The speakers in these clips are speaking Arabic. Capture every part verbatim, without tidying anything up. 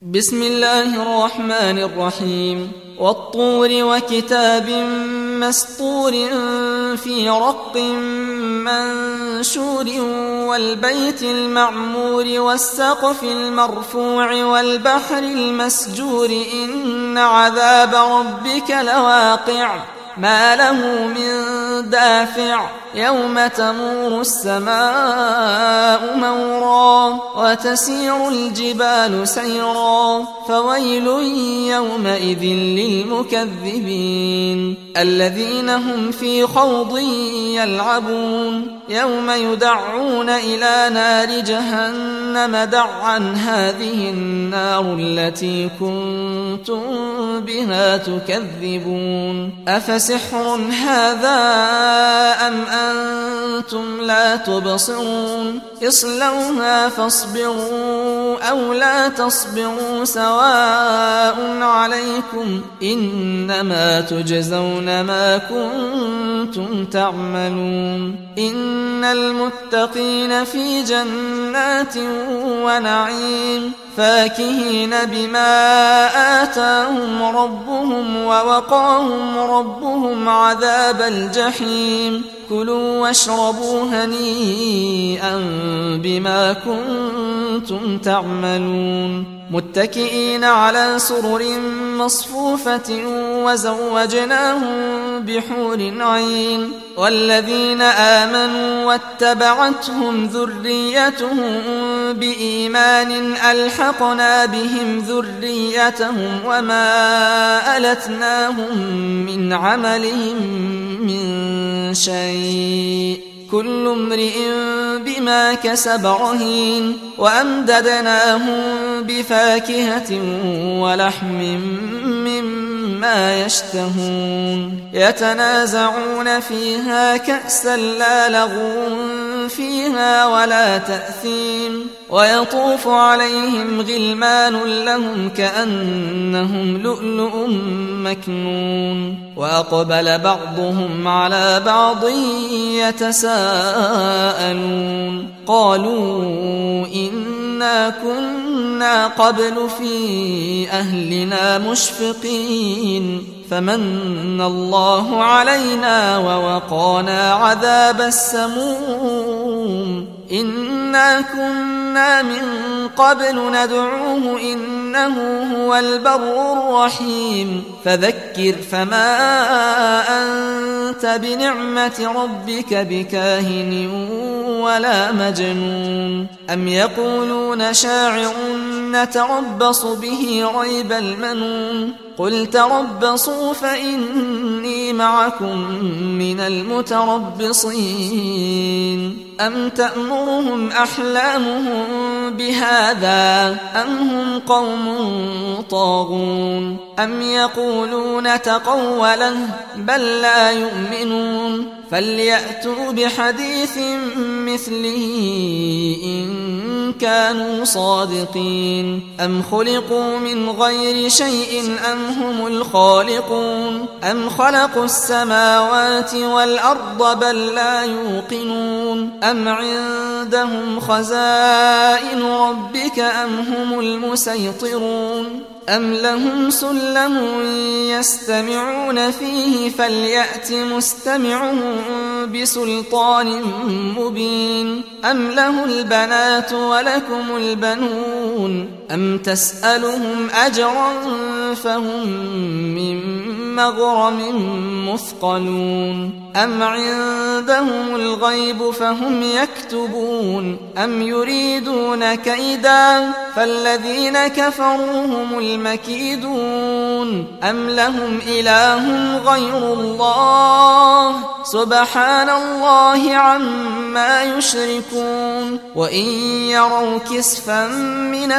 بسم الله الرحمن الرحيم والطور وكتاب مسطور في رق منشور والبيت المعمور والسقف المرفوع والبحر المسجور إن عذاب ربك لواقع ما له من دافع يوم تمور السماء مورا وتسير الجبال سيرا فويل يومئذ للمكذبين الذين هم في خوض يلعبون يوم يدعون إلى نار جهنم دعا هذه النار التي كنتم بها تكذبون أفسحر هذا أم أنتم لا تبصرون اصلوها فاصبروا أو لا تصبروا سواء عليكم إنما تجزون ما كنتم تعملون إن المتقين في جنات ونعيم فاكهين بما آتاهم ربهم ووقاهم ربهم عذاب الجحيم كلوا واشربوا هنيئا بما كنتم تعملون متكئين على سرر مصفوفة وزوجناهم بحور عين والذين آمنوا واتبعتهم ذريتهم بإيمان ألحقنا بهم ذريتهم وما ألتناهم من عملهم من شيء كل امرئ بما كسب رهين وأمددناهم بفاكهة ولحم مما يشتهون يتنازعون فيها كأسا لا لغو فيها ولا تأثيم ويطوف عليهم غلمان لهم كأنهم لؤلؤ مكنون وأقبل بعضهم على بعض يتساءلون قالوا إنا كنا قبل في أهلنا مشفقين فمن الله علينا ووقانا عذاب السموم إنا كنا من قبل ندعوه إنه هو البر الرحيم فذكر فما أنت بنعمة ربك بكاهن ولا مجنون أم يقولون شاعر نتربص به ريب المنون قل تربصوا فإني معكم من المتربصين أم تأمرهم أحلامهم بهذا أم هم قوم طاغون أم يقولون تقوله بل لا يؤمنون فليأتوا بحديث مثله إن كانوا صادقين أم خلقوا من غير شيء أم هم الخالقون أم خلقوا السماوات والأرض بل لا يوقنون أم عندهم خزائن ربك أم هم المسيطرون أم لهم سلم يستمعون فيه فليأت مستمعهم بسلطان مبين أم له البنات ولكم البنون أم تسألهم أجرا فهم من مغرم مثقلون أم عندهم الغيب فهم يكتبون أم يريدون كيدا فالذين كفروا هم المكيدون أم لهم إله غير الله سبحان الله عما يشركون وإن يروا كسفا من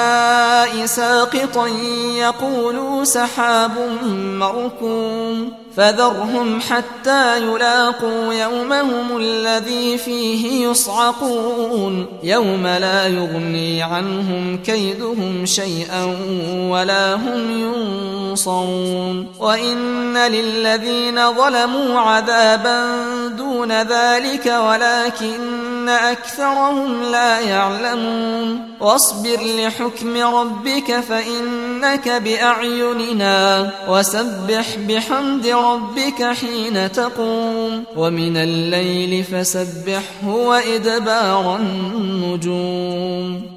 السماء ساقطا يقولوا سحاب مركوم فذرهم حتى يلاقوا يومهم الذي فيه يصعقون يوم لا يغني عنهم كيدهم شيئا ولا هم ينصرون وإن للذين ظلموا عذابا دون ذلك ولكن أكثرهم لا يعلمون واصبر لحكم ربك فإنك بأعيننا وسبح بحمد ربك حين تقوم ومن الليل فسبحه وإدبار النجوم